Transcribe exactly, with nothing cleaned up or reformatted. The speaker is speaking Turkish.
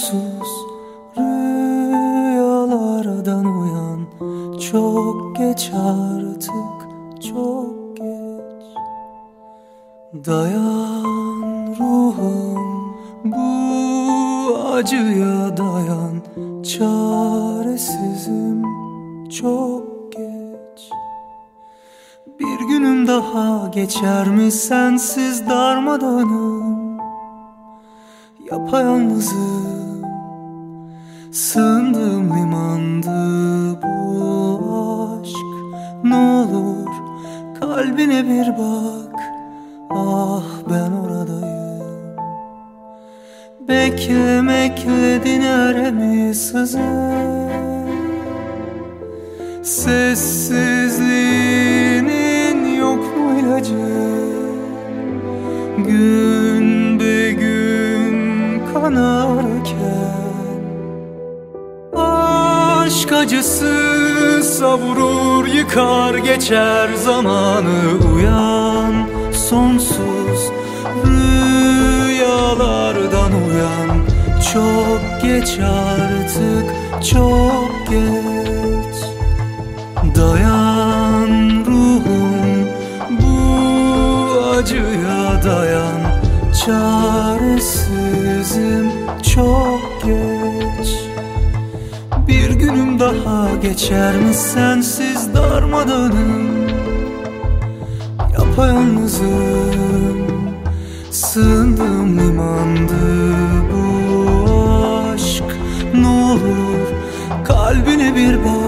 sonsuz rüyalardan uyan. Çok geç artık, çok geç. Dayan ruhum, bu acıya dayan. Çaresizim, çok geç. Bir günüm daha geçer mi sensiz darmadağınım? Yapayalnızım, sığındığım limandı bu aşk. Ne olur kalbine bir bak, ah ben oradayım. Beklemekle diner mi sızır? Sessizliğinin yok mu ilacı? Gün be gün kanarken aşk acısı savurur, yıkar geçer zamanı. Uyan, sonsuz rüyalardan uyan. Çok geç artık, çok geç. Dayan ruhum, bu acıya dayan. Çaresizim, çok geç. Bir günüm daha geçer mi sensiz darmadağınım? Yapayalnızım, sığındığım limandı bu aşk. Ne olur kalbine bir bak,